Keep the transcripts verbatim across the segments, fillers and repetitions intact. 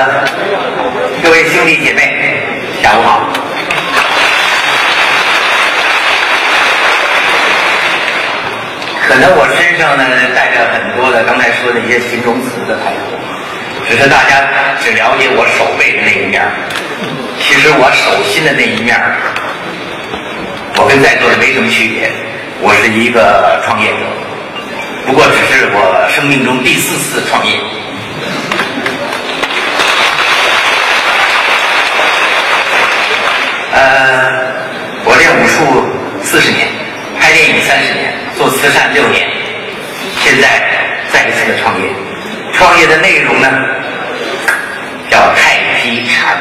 各位兄弟姐妹，下午好。可能我身上呢带着很多的刚才说的一些形容词的态度，只是大家只了解我手背的那一面，其实我手心的那一面，我跟在座的没什么区别。我是一个创业者，不过只是我生命中第四次创业。呃，我练武术四十年，拍电影三十年，做慈善六年，现在再一次的创业。创业的内容呢，叫太极禅。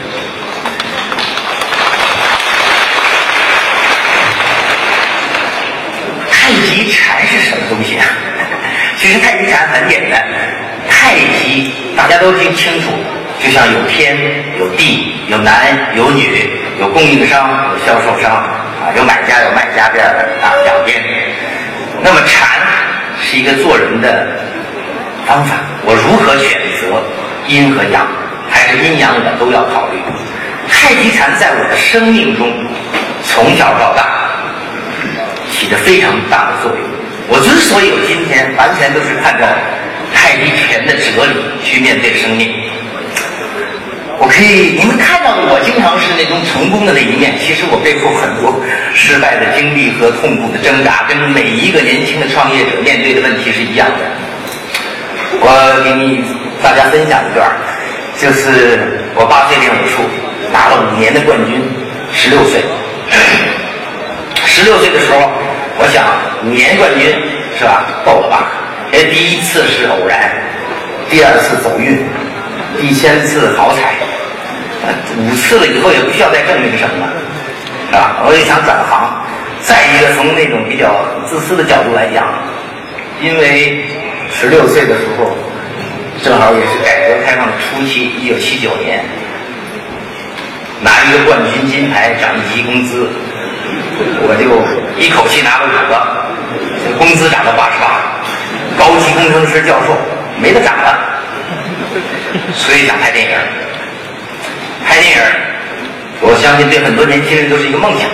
太极禅是什么东西啊？其实太极禅很简单，太极大家都听清楚，就像有天有地有男有女，有供应商有销售商啊，有买家有卖家这样的啊两边。那么禅是一个做人的方法，我如何选择阴和阳，还是阴阳我都要考虑。太极禅在我的生命中从小到大起着非常大的作用。我之所以有今天，完全都是按照太极拳的哲理去面对生命。我可以，你们看到的我经常是那种成功的那一面，其实我背后很多失败的经历和痛苦的挣扎，跟每一个年轻的创业者面对的问题是一样的。我给你大家分享一段，就是我八岁练武术，拿了五年的冠军，十六岁。十六岁的时候，我想五年冠军是吧，够了吧？因为第一次是偶然，第二次走运，第千次好彩，五次了以后也不需要再证明什么了，是吧？我也想转行。再一个，从那种比较自私的角度来讲，因为十六岁的时候，正好也是改革开放的初期，一九七九年，拿一个冠军金牌，涨一级工资。我就一口气拿了五个，工资涨到八十八，高级工程师教授没得涨了，所以想拍电影。拍电影，我相信对很多年轻人都是一个梦想。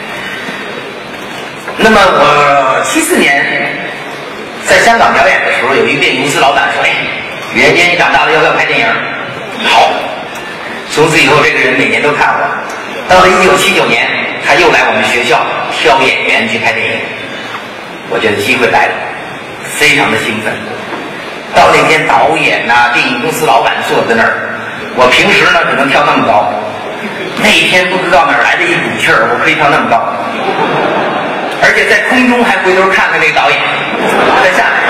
那么我七四年在香港表演的时候，有一个电影公司老板说：“哎，宇元杰，你长大了要不要拍电影？”好，从此以后这个人每年都看我。到了一九七九年，他又来我们学校挑演员去拍电影，我觉得机会来了，非常的兴奋。到那天导演呐、啊、电影公司老板坐在那儿，我平时呢只能跳那么高，那一天不知道哪儿来的一股气儿，我可以跳那么高，而且在空中还回头看看那个导演在下面，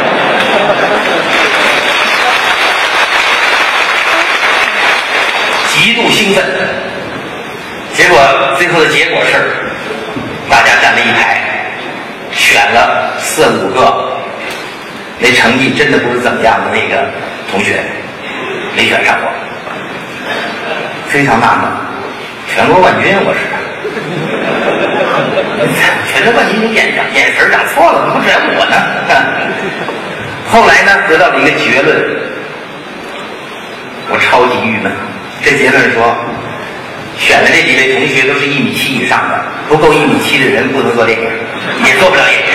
极度兴奋。结果最后的结果是，大家站了一排，选了四五个，那成绩真的不是怎么样的那个同学，没选上我，非常纳闷，全国冠军我是，全国冠军你眼眼神长错了，怎么不选我呢？后来呢，得到了一个结论，我超级郁闷。这结论说，选的这几位同学都是一米七以上的，不够一米七的人不能做电影，也做不了演员。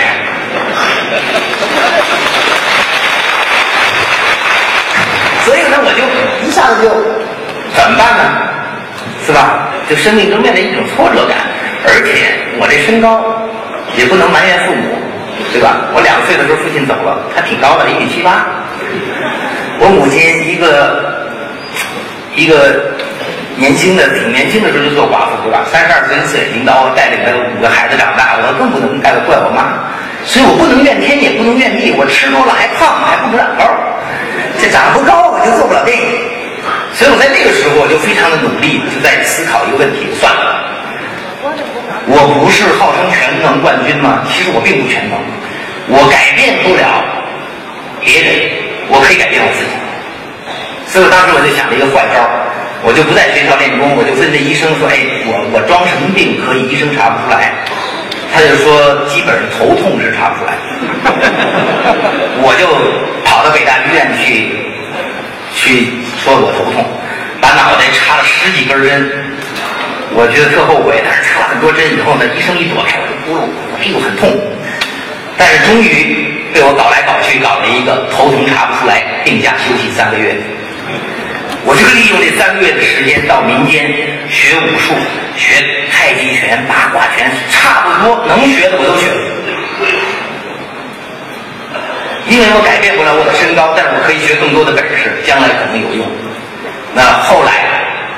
所以呢，我就一下子就怎么办呢？是吧？就生命中面临一种挫折感，而且我这身高也不能埋怨父母，对吧？我两岁的时候父亲走了，他挺高的，一米七八。我母亲一个一个。年轻的挺年轻的时候就做寡妇，对吧？三十二岁四水晶刀带领着五个孩子长大，我更不能该怪我妈，所以我不能怨天也不能怨地，我吃多了还胖还不长高，这长不高我就做不了电影，所以我在那个时候我就非常的努力，就在思考一个问题，算了，我不是号称全能冠军吗？其实我并不全能，我改变不了别人，我可以改变我自己，所以我当时我就想了一个坏招。我就不在学校练功，我就问那医生说：“哎，我我装什么病可以医生查不出来？”他就说：“基本上头痛是查不出来。”我就跑到北大医院去去说我头痛，把脑袋插了十几根针，我觉得特后悔，但是插了很多针以后呢，医生一躲开我就咕噜，哎呦很痛，但是终于被我搞来搞去搞了一个头疼查不出来，病假休息三个月。我就利用这三个月的时间到民间学武术，学太极拳、八卦拳，差不多能学的我都学了。因为我改变不了我的身高，但是我可以学更多的本事，将来可能有用。那后来，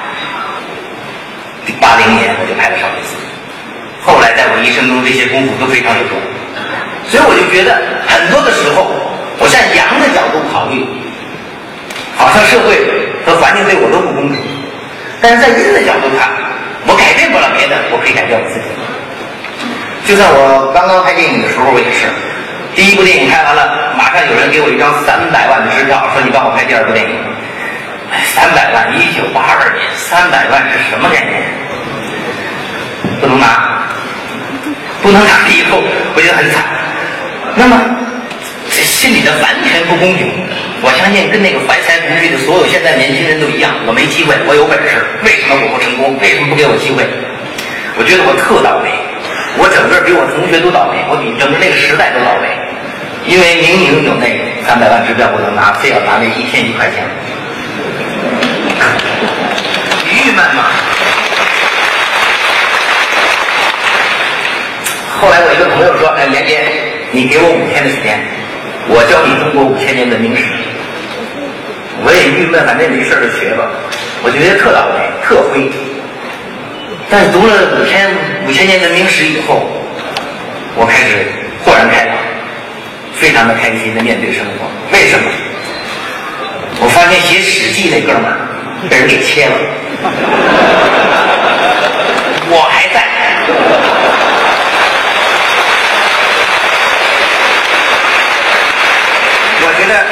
八零年我就拍了少林寺。后来在我一生中，这些功夫都非常有用。所以我就觉得，很多的时候，我站阳的角度考虑，好像社会和环境对我都不公平，但是在阴的角度看，我改变不了别的，我可以改变我自己。就像我刚刚拍电影的时候，我也是，第一部电影拍完了，马上有人给我一张三百万的支票，说你帮我拍第二部电影。三百万，一九八二年，三百万是什么概念？不能拿，不能拿，以后我觉得很惨。那么，这心里的完全不公平。我相信跟那个怀才不遇的所有现在年轻人都一样，我没机会，我有本事，为什么我不成功？为什么不给我机会？我觉得我特倒霉，我整个比我同学都倒霉，我比整个那个时代都倒霉，因为明明有那三百万支票不能拿，非要拿那一天一块钱，郁闷嘛。后来我一个朋友说：“哎，连连，你给我五天的时间。”我教你中国五千年文明史，我也郁闷，反正没事就学吧。我觉得特倒霉，特灰。但是读了五千五千年文明史以后，我开始豁然开朗，非常的开心的面对生活。为什么？我发现写《史记》那哥们儿被人给切了，我还在。我觉得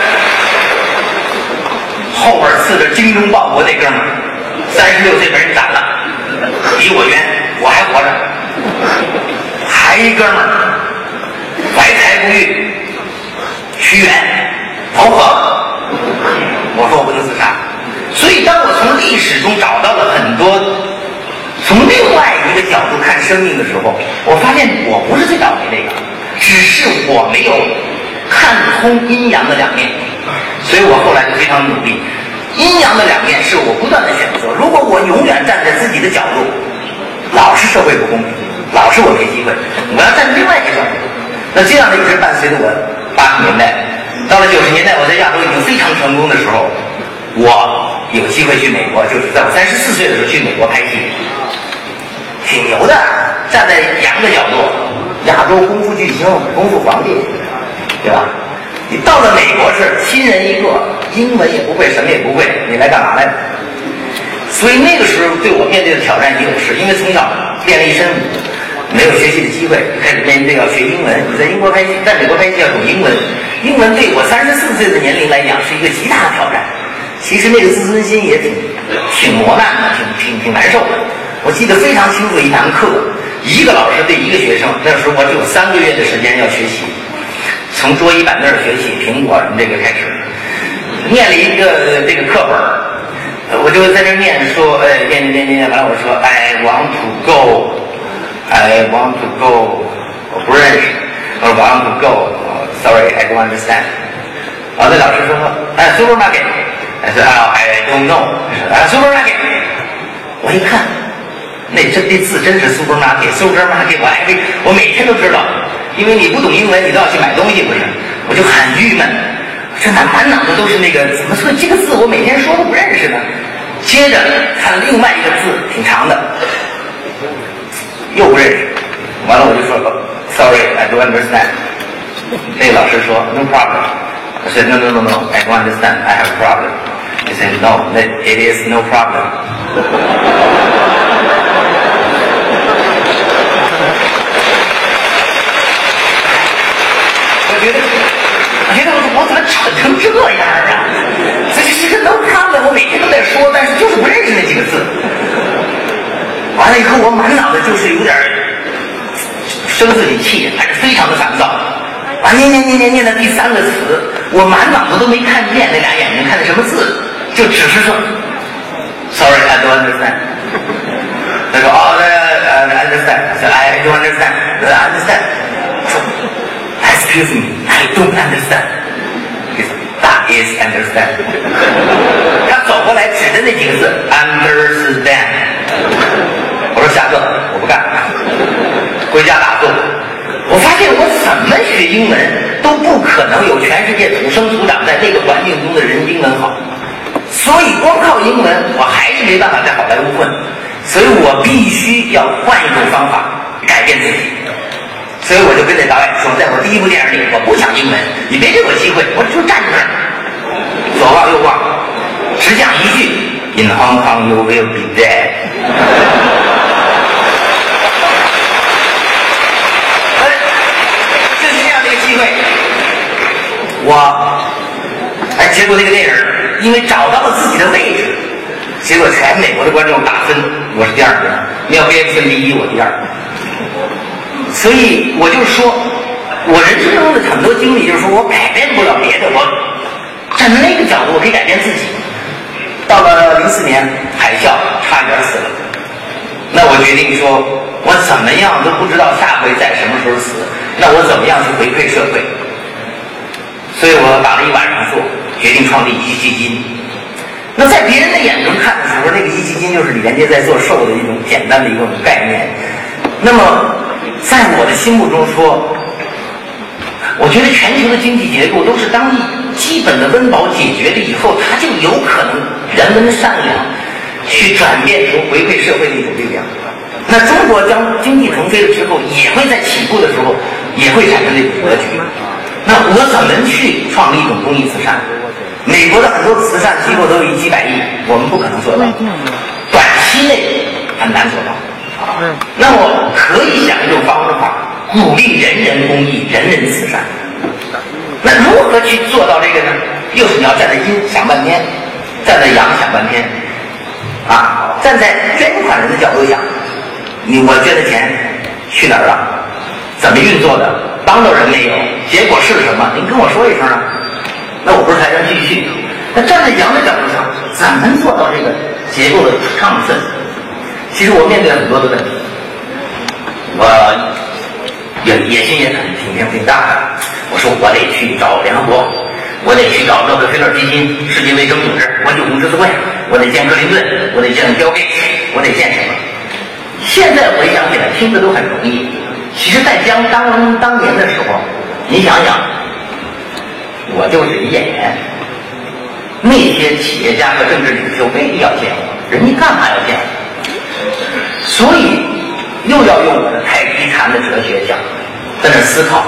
后边刺着精忠报国那哥们儿，三十六岁被人斩了，比我冤，我还活着。还一哥们儿怀才不遇，屈原头破，我说我不能自杀。所以当我从历史中找到了很多从另外一个角度看生命的时候，我发现我不是最倒霉那个，只是我没有看通阴阳的两面，所以我后来就非常努力。阴阳的两面是我不断的选择，如果我永远站在自己的角度，老是社会不公平，老是我没机会，我要站在另外一个角度。那这样的一直伴随着我八十年代，到了九十年代，我在亚洲已经非常成功的时候，我有机会去美国，就是在我三十四岁的时候去美国拍戏，挺牛的。站在阳的角度，亚洲功夫巨星，功夫皇帝，对吧？你到了美国是新人一个，英文也不会，什么也不会，你来干嘛来了？所以那个时候对我面对的挑战也有是，因为从小练了一身武，没有学习的机会，开始面对要学英文。你在英国拍戏，在美国拍戏要懂英文，英文对我三十四岁的年龄来讲是一个极大的挑战。其实那个自尊心也挺挺磨难的，挺挺挺难受的。我记得非常清楚一堂课，一个老师对一个学生，那时候我只有三个月的时间要学习。从桌椅板凳学习，苹果什么这个开始，念了一个这个课本，我就在这念说，呃，念念念念完了，我说 I want to go, I want to go， 我不认识，我说 want to go， sorry I don't understand。然后那老师说，哎 supermarket， I said I don't know， 啊 supermarket， 我一看，那真那字真是 supermarket，supermarket， 我还没，我每天都知道。因为你不懂英文，你都要去买东西，不是？我就很郁闷，这满满脑子都是那个，怎么说这个字我每天说都不认识呢？接着看另外一个字，挺长的，又不认识。完了我就说 ，Sorry, I don't understand。那个老师说 No problem。我说 No no no no, I don't understand. I have a problem. He said No, it is no problem。我觉得，我觉得我我怎么蠢成这样啊？这这个 no problem， 我每天都在说，但是就是不认识那几个字。完了以后，我满脑子就是有点生自己气，还是非常的烦躁。完念念念念念的第三个词，我满脑子都没看见，那俩眼睛看的什么字，就只时说 ，Sorry, I don't understand。他说哦，呃，I understand。他说 I don't understand。他说 I understand。说 Excuse me, I don't understand。That is understand。他走过来指着那几个字 understand。我说下课，我不干，回家打坐。我发现我怎么学英文都不可能有全世界土生土长在那个环境中的人英文好，所以光靠英文我还是没办法在好莱坞混，所以我必须要换一种方法改变自己。所以我就跟那导演说，在我第一部电影里我不讲英文，你别给我机会，我就站在那儿左望右望，只讲一句 In Hong Kong you will be dead。机会，我，哎，结果那个电影因为找到了自己的位置，结果全美国的观众打分，我是第二名，妙边分第一，我第二。所以我就说，我人生中的很多经历，就是说我改变不了别的，我站在那个角度，我可以改变自己。到了零四年海啸，差一点死了，那我决定说，我怎么样都不知道下回在什么时候死。那我怎么样去回馈社会？所以我打了一晚上坐，决定创立一基金。那在别人的眼中看的时候，那个一基金就是李连杰在做寿的一种简单的一种概念。那么在我的心目中说，我觉得全球的经济结构都是当基本的温饱解决了以后，它就有可能人文善良去转变成回馈社会的一种力量。那中国将经济腾飞了之后，也会在起步的时候也会产生这种格局。那我怎么去创立一种公益慈善？美国的很多慈善机构都有几百亿，我们不可能做到，短期内很难做到。那我可以想一种方法，鼓励人人公益、人人慈善。那如何去做到这个呢？又是你要站在阴想半天，站在阳想半天，啊，站在捐款人的角度想。你我捐的钱去哪儿了？怎么运作的？帮到人没有？结果是什么？您跟我说一声啊。那我不是还能继续？那站在阳的角度上，怎么做到这个结构的畅顺？其实我面对很多的问题，我野野心也很挺挺挺大的。我说我得去找联合国，我得去找洛克菲勒基金、世界卫生组织、国际红十字会，我得见克林顿，我得见标贝，我得见什么？现在回想起来，听着都很容易。其实，在将当当年的时候，你想想，我就是一演员，那些企业家和政治领袖未必要见我，人家干嘛要见我？所以，又要用我的太极禅的哲学讲，在那思考，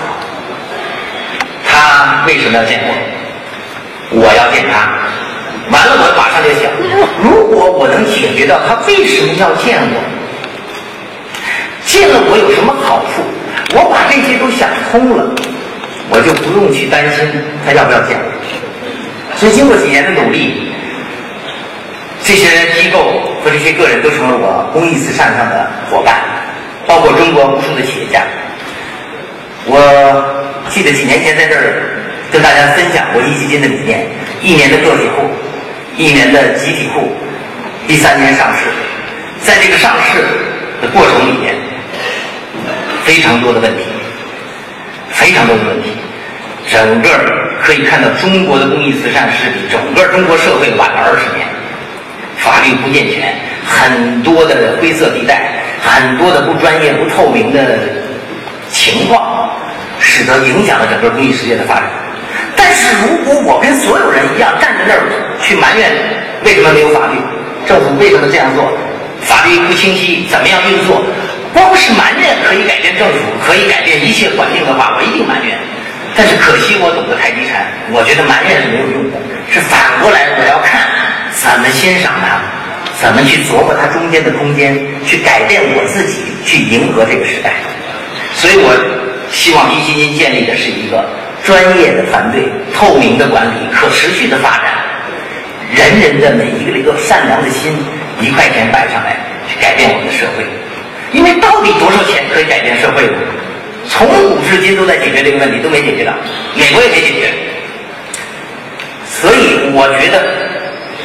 他为什么要见我？我要见他。完了，我马上就想，如果我能解决到他为什么要见我？见了我有什么好处？我把这些都想通了，我就不用去担心他要不要见我。所以经过几年的努力，这些机构和这些个人都成了我公益慈善上的伙伴，包括中国无数的企业家。我记得几年前在这儿跟大家分享过一基金的理念：一年的个体户，一年的集体户，第三年上市。在这个上市的过程里面，非常多的问题，非常多的问题，整个可以看到中国的公益慈善是比整个中国社会晚了二十年，法律不健全，很多的灰色地带，很多的不专业、不透明的情况，使得影响了整个公益事业的发展。但是如果我跟所有人一样站在那儿去埋怨为什么没有法律，政府为什么这样做，法律不清晰，怎么样运作，光是埋怨可以改变政府，可以改变一切环境的话，我一定埋怨。但是可惜我懂得太极禅，我觉得埋怨是没有用的，是反过来我要看怎么欣赏它，怎么去琢磨它中间的空间，去改变我自己，去迎合这个时代。所以我希望一基金建立的是一个专业的团队、透明的管理、可持续的发展，人人的每一个一个善良的心，一块钱摆上来，去改变我们的社会。因为到底多少钱可以改变社会呢？从古至今都在解决这个问题，都没解决到，美国也没解决。所以我觉得最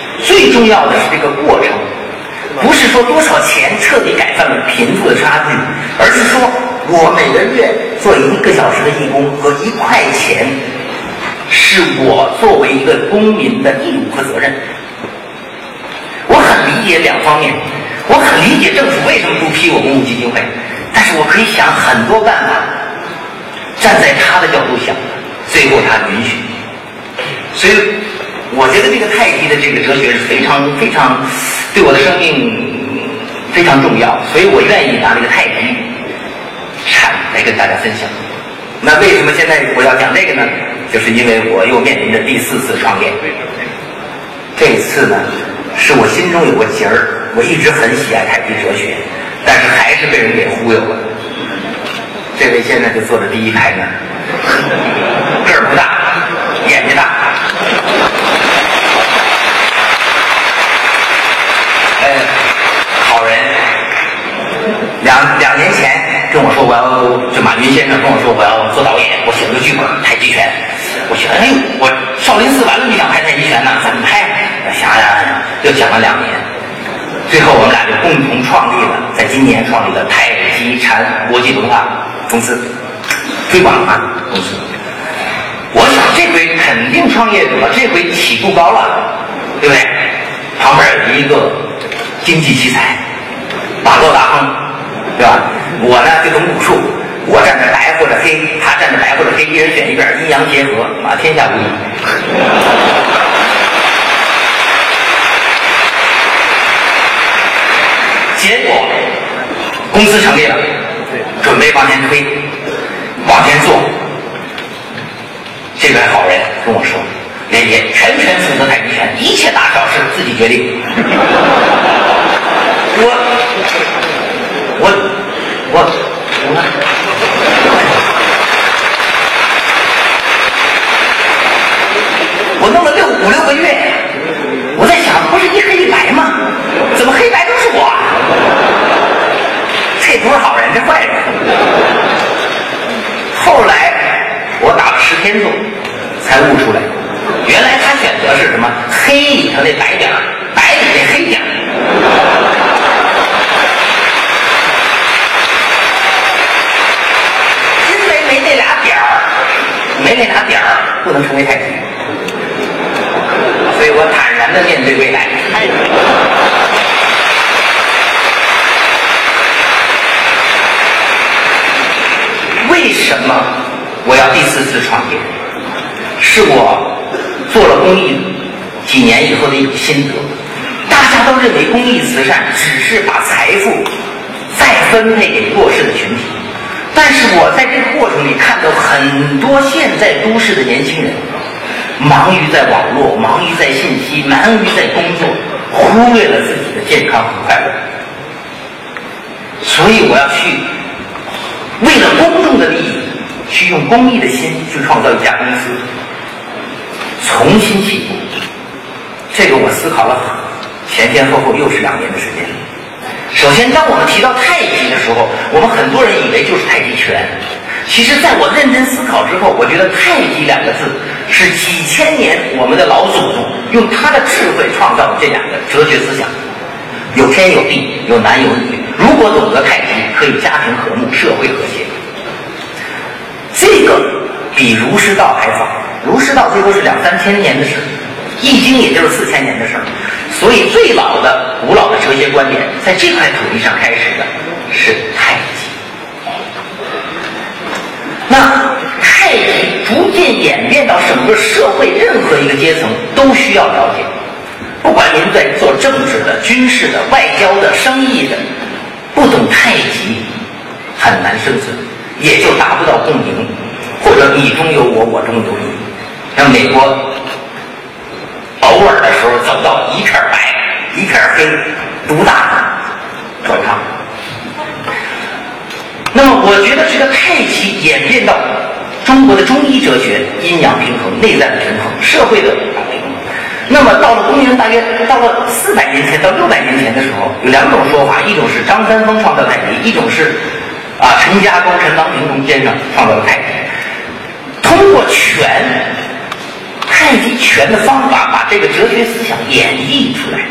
最重要的是这个过程，不是说多少钱彻底改善了贫富的差距，而是说我每个月做一个小时的义工和一块钱，是我作为一个公民的义务和责任。我很理解两方面，我很理解政府为什么不批我公募基金会，但是我可以想很多办法，站在他的角度想，最后他允许。所以我觉得这个太极的这个哲学是非常非常对我的生命非常重要，所以我愿意拿这个太极禅来跟大家分享。那为什么现在我要讲这个呢？就是因为我又面临着第四次创业。这次呢，是我心中有个结儿，我一直很喜爱太极哲学，但是还是被人给忽悠了。这位现在就坐在第一排呢，个儿不大，眼睛大。呃，好人。两两年前跟我说我要，就马云先生跟我说我要做导演，我写了个剧本《太极拳》。我觉得哎呦，我少林寺完了就想拍太极拳呢，怎么拍？想想想，又讲了两年，最后我们俩就共同创立了，在今年创立了太极禅国际文化公司，推广啊公司。我想这回肯定创业者这回起步高了，对不对？旁边有一个经济奇才，马洛大亨，对吧？我呢就懂武术，我站着白或者黑，他站着白或者黑，一人选一边，阴阳结合，啊，天下无敌。结果公司成立了，准备往前推，往前做。这位好人跟我说：“爷爷全权负责太极拳，一切大小事自己决定。”我我我我我弄了六五六个月，我在想，不是一黑一白吗？怎么黑白都是我？这不是好人，这坏人。后来我打了十天坐，才悟出来，原来他选择是什么？黑里头那白点儿，白里那黑点儿。因为没那俩点儿，没那俩点儿，不能成为太极。所以我坦然地面对未来。为什么我要第四次创业？是我做了公益几年以后的一个心得。大家都认为公益慈善只是把财富再分配给弱势的群体，但是我在这个过程里看到很多现在都市的年轻人忙于在网络，忙于在信息，忙于在工作，忽略了自己的健康和快乐。所以我要去为了公众的利益，去用公益的心去创造一家公司，重新起步。这个我思考了前前后后又是两年的时间。首先，当我们提到太极的时候，我们很多人以为就是太极拳。其实在我认真思考之后，我觉得太极两个字是几千年我们的老祖宗用他的智慧创造的这两个哲学思想，有天有地，有男有女。如果懂得太极，可以家庭和睦，社会和谐。这个比儒释道还早，儒释道最多是两三千年的事，易经也就是四千年的事儿。所以最老的古老的哲学观点，在这块土地上开始的是太极。那太极逐渐演变到整个社会任何一个阶层都需要了解，不管您在做政治的、军事的、外交的、生意的，不懂太极很难生存，也就达不到共赢，或者你中有我，我中有你。像美国偶尔的时候走到一片白一片黑，独大转唱。那么我觉得这个太极演变到中国的中医哲学，阴阳平衡、内在的平衡、社会的平衡。那么到了公元大约到了四百年前到六百年前的时候，有两种说法，一种是张三丰创造太极，一种是啊陈家沟陈郎平同先生创造的太极。通过拳太极拳的方法，把这个哲学思想演绎出来。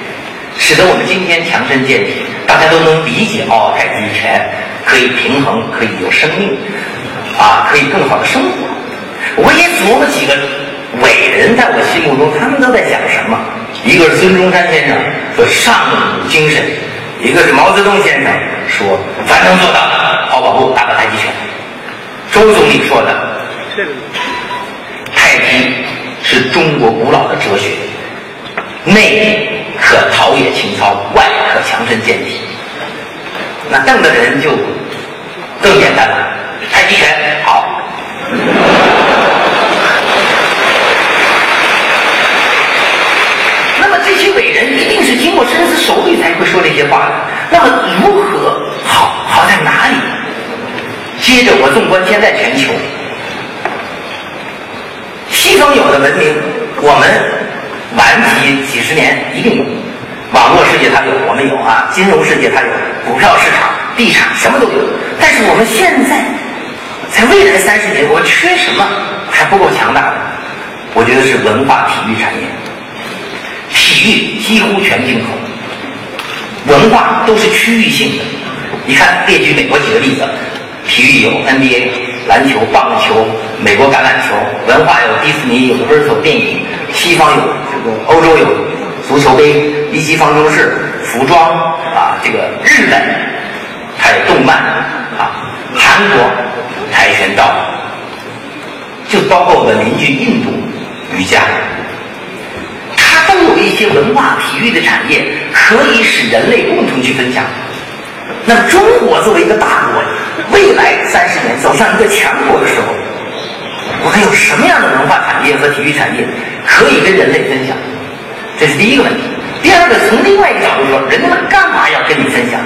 使得我们今天强身健体，大家都能理解哦，太极拳可以平衡，可以有生命，啊，可以更好的生活。我也琢磨几个伟人，在我心目中，他们都在讲什么？一个是孙中山先生说上古精神，一个是毛泽东先生说凡能做到的跑跑步打打太极拳。周总理说的太极是中国古老的哲学，内可陶冶情操，外可强身健体。那邓的人就更简单了，太极拳好。那么这些伟人一定是经过深思熟虑才会说这些话的。那么如何好？好在哪里？接着我纵观现在全球，西方有的文明，我们晚几几十年一定有。网络世界它有，我们有啊；金融世界它有，股票市场、地产什么都有。但是我们现在在未来三十年，我们缺什么还不够强大的？我觉得是文化体育产业。体育几乎全进口，文化都是区域性的。你看，列举美国几个例子：体育有 N B A、篮球、棒球、美国橄榄球；文化有迪士尼、有 Universal 电影；西方有这个欧洲有足球杯、一级方程式、服装啊，这个日本还有动漫啊，韩国跆拳道，就包括我们邻居印度瑜伽。它都有一些文化体育的产业，可以使人类共同去分享。那么中国作为一个大国，未来三十年走向一个强国的时候，我们有什么样的文化产业和体育产业可以跟人类分享？这是第一个问题。第二个，从另外一个角度说，人们干嘛要跟你分享？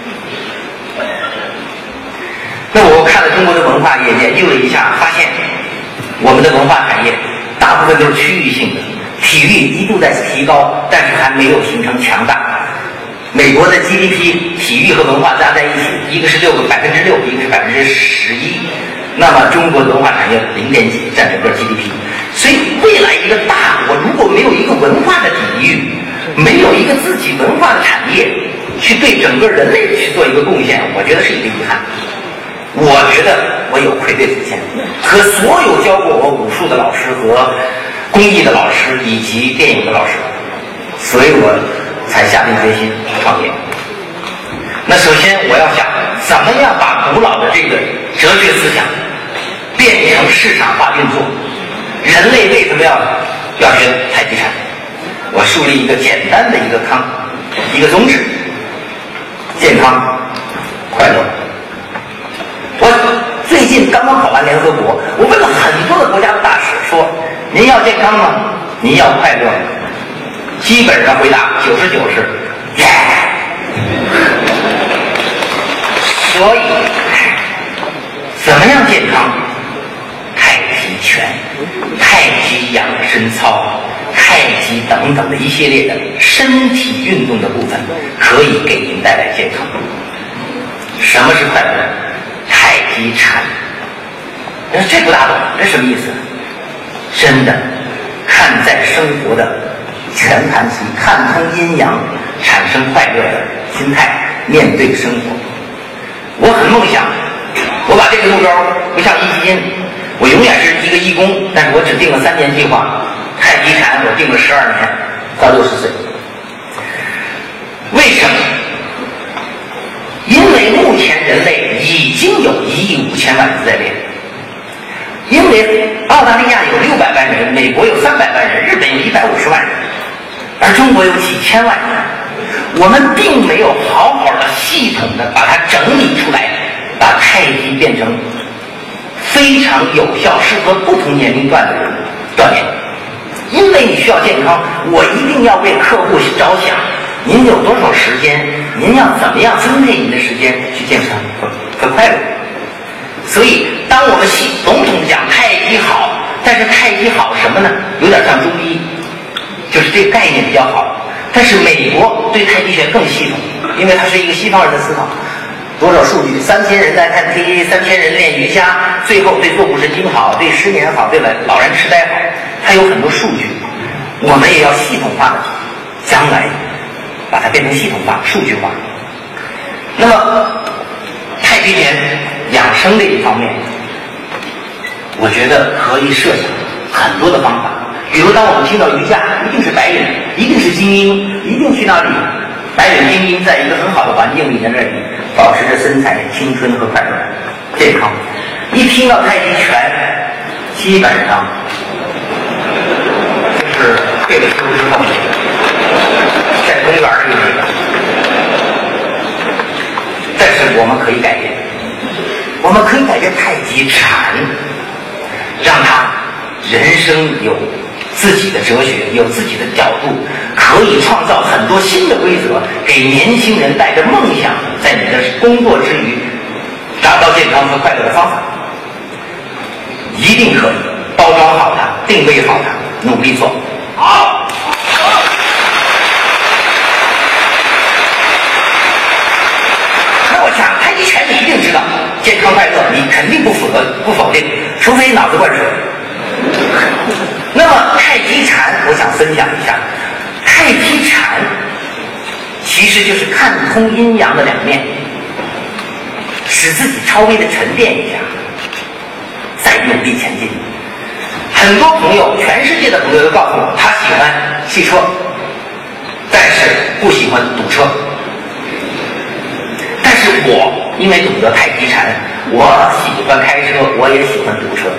那我看了中国的文化，也研究了一下，发现我们的文化产业大部分都是区域性的。体育一度在提高，但是还没有形成强大。美国的 G D P 体育和文化加在一起，一个是六个百分之六，一个是百分之十一。那么中国的文化产业零点几占整个 G D P。所以未来一个大国如果没有一个文化的底蕴，没有一个自己文化的产业去对整个人类去做一个贡献，我觉得是一个遗憾。我觉得我有愧对祖先，和所有教过我武术的老师和公益的老师以及电影的老师，所以我才下定决心创业。那首先我要想怎么样把古老的这个哲学思想变成市场化运作。人类为什么要要学太极拳？我树立一个简单的一个康一个宗旨：健康快乐。我最近刚刚跑完联合国，我问了很多的国家的大使说，您要健康吗？您要快乐吗？基本上回答九十九是耶。所以怎么样健康？太极拳、太极养生操、太极等等的一系列的身体运动的部分，可以给您带来健康。什么是快乐？太极禅。但是这不大懂，这什么意思？真的看在生活的全盘期，看通阴阳，产生快乐的心态，面对生活。我很梦想，我把这个目标不像一基金，我永远是一个义工，但是我只定了三年计划。太极禅我定了十二年，到六十岁。为什么？因为目前人类已经有一亿五千万人在练。因为澳大利亚有六百万人，美国有三百万人，日本有一百五十万人，而中国有几千万人。我们并没有好好的、系统的把它整理出来，把太极变成非常有效、适合不同年龄段的人锻炼。因为你需要健康，我一定要为客户着想。您有多少时间？您要怎么样分配你的时间去健康和和快乐？所以，当我们系笼统讲太极好，但是太极好什么呢？有点像中医，就是这个概念比较好。但是美国对太极拳更系统，因为它是一个西方人的思考。多少数据？三千人在看 T V， 三千人练瑜伽，最后对坐骨神经好，对失眠好，对老人痴呆好，它有很多数据。我们也要系统化的，将来把它它变成系统化、数据化。那么太极拳养生这一方面，我觉得可以设想很多的方法。比如当我们听到瑜伽，一定是白人，一定是精英，一定去那里，白人精英在一个很好的环境里，在那里保持着身材、青春和快乐、健康。一听到太极拳，基本上就是退了休之后在公园里那个。但是我们可以改变，我们可以改变太极禅，让他人生有自己的哲学，有自己的角度，可以创造很多新的规则，给年轻人带着梦想，在你的工作之余达到健康和快乐的方法，一定可以包装好它，定位好它，努力做好。那我想太极拳你一定知道，健康快乐你肯定不符合不否定，除非脑子灌水。那么太极禅，我想分享一下，太极禅其实就是看通阴阳的两面，使自己稍微的沉淀一下，再努力前进。很多朋友，全世界的朋友都告诉我，他喜欢汽车，但是不喜欢堵车。但是我因为懂得太极禅，我喜欢开车，我也喜欢堵车。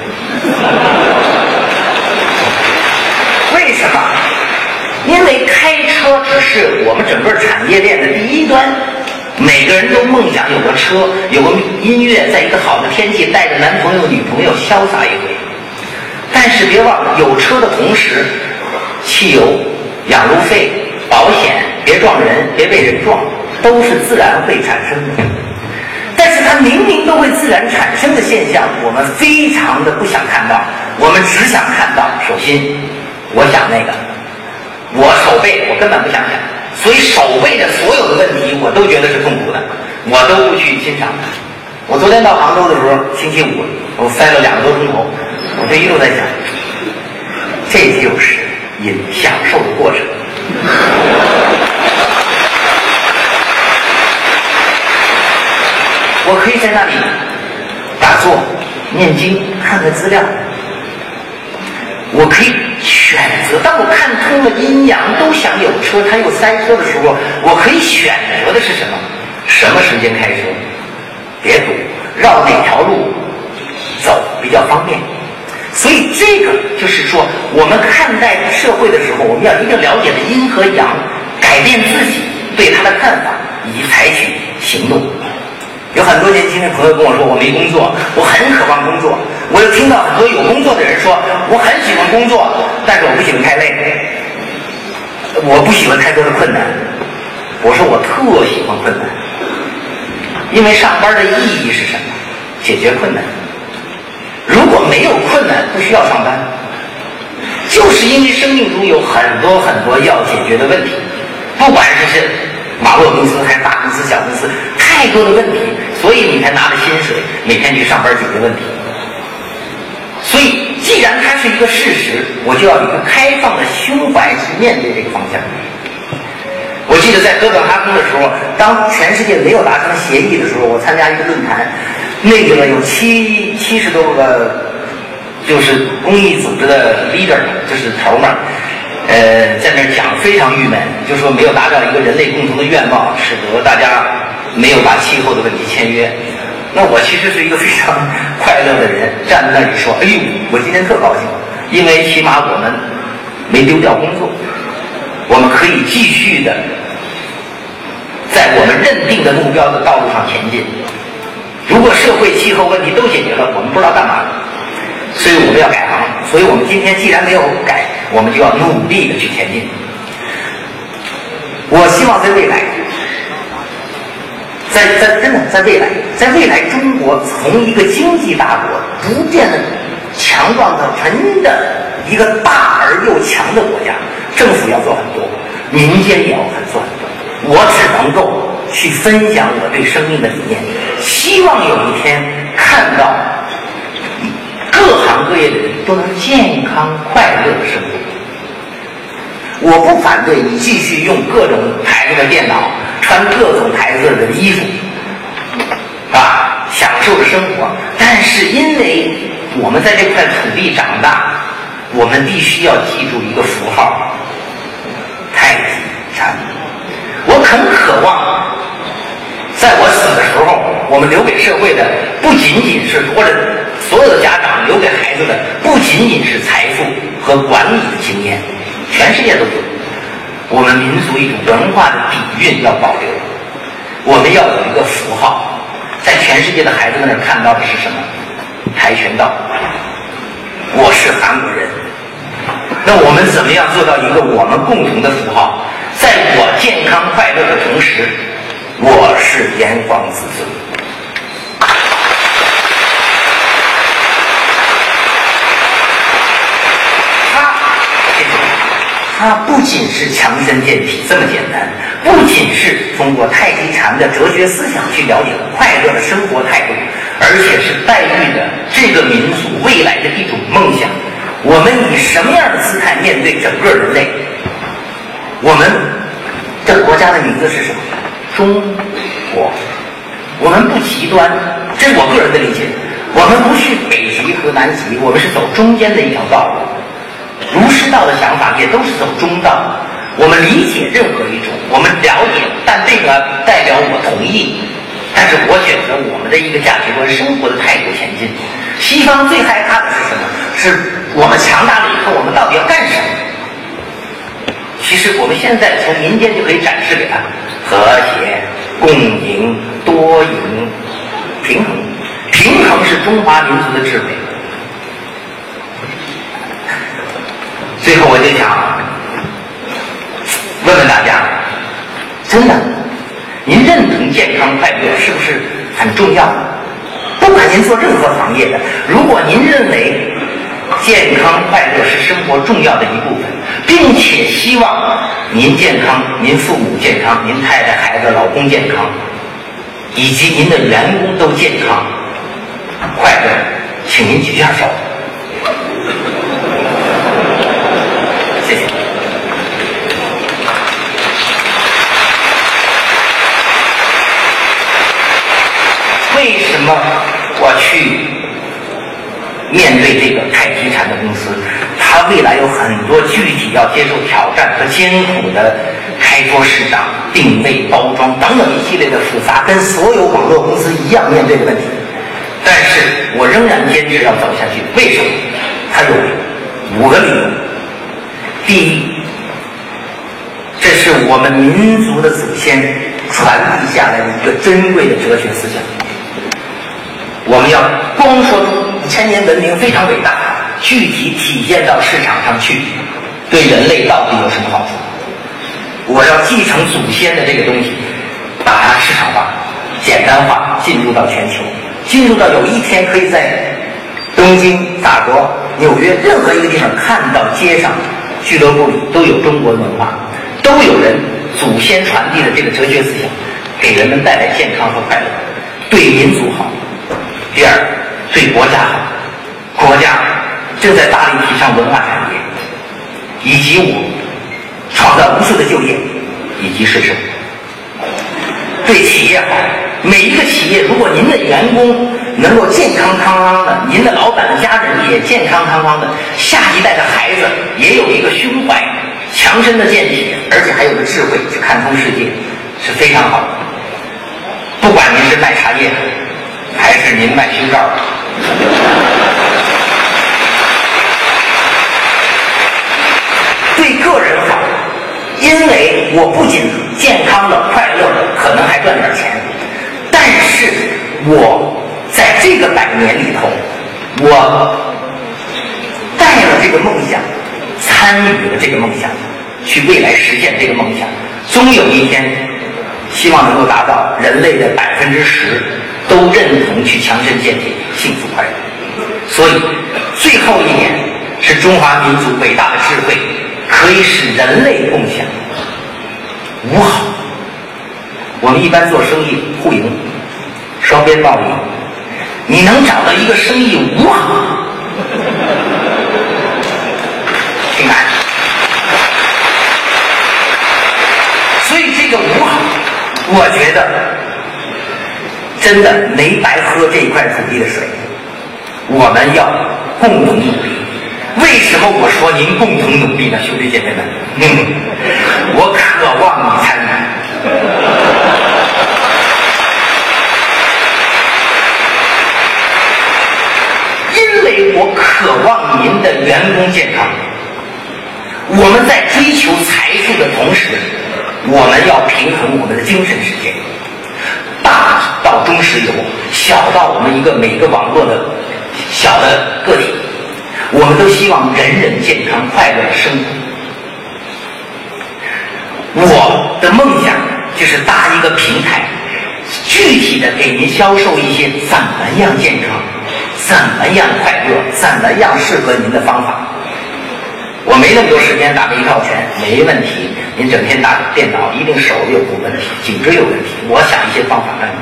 为什么？因为开车只是我们整个产业链的第一端，每个人都梦想有个车，有个音乐，在一个好的天气带着男朋友女朋友潇洒一回。但是别忘了，有车的同时，汽油、养路费、保险，别撞人，别被人撞，都是自然会产生的。但是它明明都会自然产生的现象，我们非常的不想看到，我们只想看到手心。我想那个，我手背我根本不想想，所以手背的所有的问题我都觉得是痛苦的，我都不去欣赏它。我昨天到杭州的时候，星期五，我塞了两个多钟头，我就一路在想，这就是瘾享受的过程。我可以在那里打坐、念经、看看资料。我可以选择，当我看通了阴阳，都想有车，它又塞车的时候，我可以选择的是什么？什么时间开车？别堵，绕哪条路走比较方便。所以这个就是说，我们看待社会的时候，我们要一定了解的阴和阳，改变自己对它的看法，以及采取行动。有很多年轻的朋友跟我说，我没工作，我很渴望工作。我又听到很多有工作的人说，我很喜欢工作，但是我不喜欢太累，我不喜欢太多的困难。我说我特喜欢困难，因为上班的意义是什么？解决困难。如果没有困难，不需要上班，就是因为生命中有很多很多要解决的问题，不管是网络公司还是大公司、小公司，太多的问题，所以你才拿着薪水每天去上班解决问题。所以既然它是一个事实，我就要有一个开放的胸怀去面对这个方向。我记得在哥本哈根的时候，当全世界没有达成协议的时候，我参加一个论坛，那个有七七十多个就是公益组织的 leader， 就是头们，呃，在那儿讲非常郁闷，就说没有达到一个人类共同的愿望，使得大家没有把气候的问题签约。那我其实是一个非常快乐的人，站在那里说，哎呦，我今天特高兴，因为起码我们没丢掉工作，我们可以继续的在我们认定的目标的道路上前进。如果社会气候问题都解决了，我们不知道干嘛，所以我们要改行。所以我们今天既然没有改，我们就要努力的去前进。我希望在未来，在在真的在未来，在未来中国从一个经济大国逐渐的强壮到真的一个大而又强的国家，政府要做很多，民间也要做很多。我只能够去分享我对生命的理念，希望有一天看到各行各业的人都能健康快乐的生活。我不反对你继续用各种牌用的电脑，穿各种牌子的衣服，啊，享受着生活。但是因为我们在这块土地长大，我们必须要记住一个符号：太极禅。我很渴望，在我死的时候，我们留给社会的不仅仅是，或者所有的家长留给孩子的不仅仅是财富和管理的经验，全世界都有。我们民族一种文化的底蕴要保留，我们要有一个符号，在全世界的孩子们那儿看到的是什么？跆拳道。我是韩国人。那我们怎么样做到一个我们共同的符号？在我健康快乐的同时，我是炎黄子孙。他，他不仅是强身健体这么简单，不仅是通过太极禅的哲学思想去了解快乐的生活态度，而且是带育的这个民族未来的一种梦想。我们以什么样的姿态面对整个人类？我们这个国家的名字是什么？中国。我们不极端，这是我个人的理解。我们不是北极和南极，我们是走中间的一条道路。儒释道的想法也都是走中道。我们理解任何一种，我们了解，但这个代表我同意。但是我选择我们的一个价值观、生活的态度前进。西方最害怕的是什么？是我们强大了以后，我们到底要干什么？其实我们现在从民间就可以展示给他：和谐、共赢、多赢、平衡。平衡是中华民族的智慧。最后我就想问问大家，真的，您认同健康快乐是不是很重要？不管您做任何行业的，如果您认为健康快乐是生活重要的一部分，并且希望您健康，您父母健康，您太太、孩子、老公健康，以及您的员工都健康快乐，请您举一下手。谢谢。为什么我去面对这个太极禅的公司？它未来有很多具体要接受挑战和艰苦的开拓市场、定位、包装等等一系列的复杂，跟所有网络公司一样面对的问题。但是我仍然坚持要走下去。为什么？它有五个理由。第一，这是我们民族的祖先传递下来的一个珍贵的哲学思想。我们要光说出五千年文明非常伟大，具体体现到市场上去，对人类到底有什么好处？我要继承祖先的这个东西，把它市场化、简单化，进入到全球，进入到有一天可以在东京、法国、纽约任何一个地方看到街上、俱乐部里都有中国文化，都有人祖先传递的这个哲学思想，给人们带来健康和快乐，对民族好。第二，对国家好，国家正在大力提倡文化产业，以及我创造无数的就业以及税收。对企业好，每一个企业，如果您的员工能够健康康康的，您的老板的家人也健康康康的，下一代的孩子也有一个胸怀、强身的见解，而且还有个智慧去看通世界，是非常好的。不管您是卖茶叶还是您卖胸罩，对个人好，因为我不仅健康的、快乐的，可能还赚点钱，但是我在这个百年里头，我带了这个梦想，参与了这个梦想，去未来实现这个梦想，终有一天，希望能够达到人类的百分之十都认同去强身健体、幸福快乐。所以，最后一点是中华民族伟大的智慧，可以使人类共享。五好，我们一般做生意互赢、双边贸易，你能找到一个生意五好，挺难。所以这个我觉得真的没白喝这一块土地的水，我们要共同努力。为什么我说您共同努力呢，兄弟姐妹们？嗯，我渴望你参与。因为我渴望您的员工健康。我们在追求财富的同时，我们要平衡我们的精神世界。大到中石油，小到我们一个每个网络的小的个体，我们都希望人人健康快乐的生活。我的梦想就是搭一个平台，具体的给您销售一些怎么样健康，怎么样快乐，怎么样适合您的方法。我没那么多时间打个一套拳，没问题。您整天打电脑，一定手有问题，颈椎有问题。我想一些方法让你，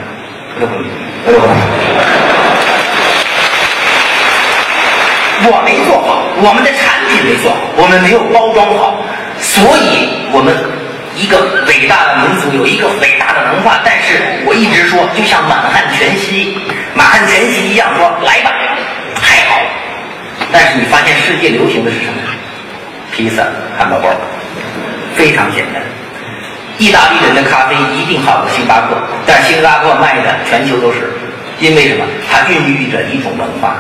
我没做好，我们的产品没做好，我们没有包装好，所以我们一个伟大的民族有一个伟大的文化，但是我一直说，就像满汉全席，满汉全席一样说来吧，太好了。但是你发现世界流行的是什么？披萨、汉堡包，非常简单。意大利人的咖啡一定好过星巴克，但星巴克卖的全球都是，因为什么？它孕育着一种文化。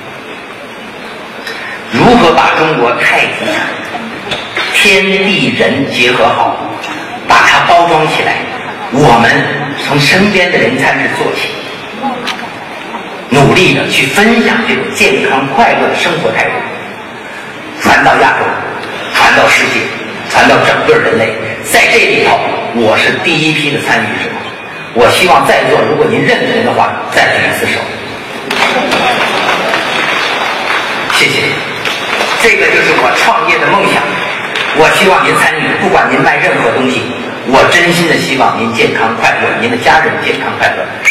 如何把中国太极产天地人结合好，把它包装起来？我们从身边的人开始做起，努力的去分享这种健康快乐的生活态度，传到亚洲，传到世界，传到整个人类。在这里头，我是第一批的参与者。我希望在座，如果您认同的话，再举一次手。谢谢。这个就是我创业的梦想。我希望您参与，不管您卖任何东西，我真心的希望您健康快乐，您的家人健康快乐。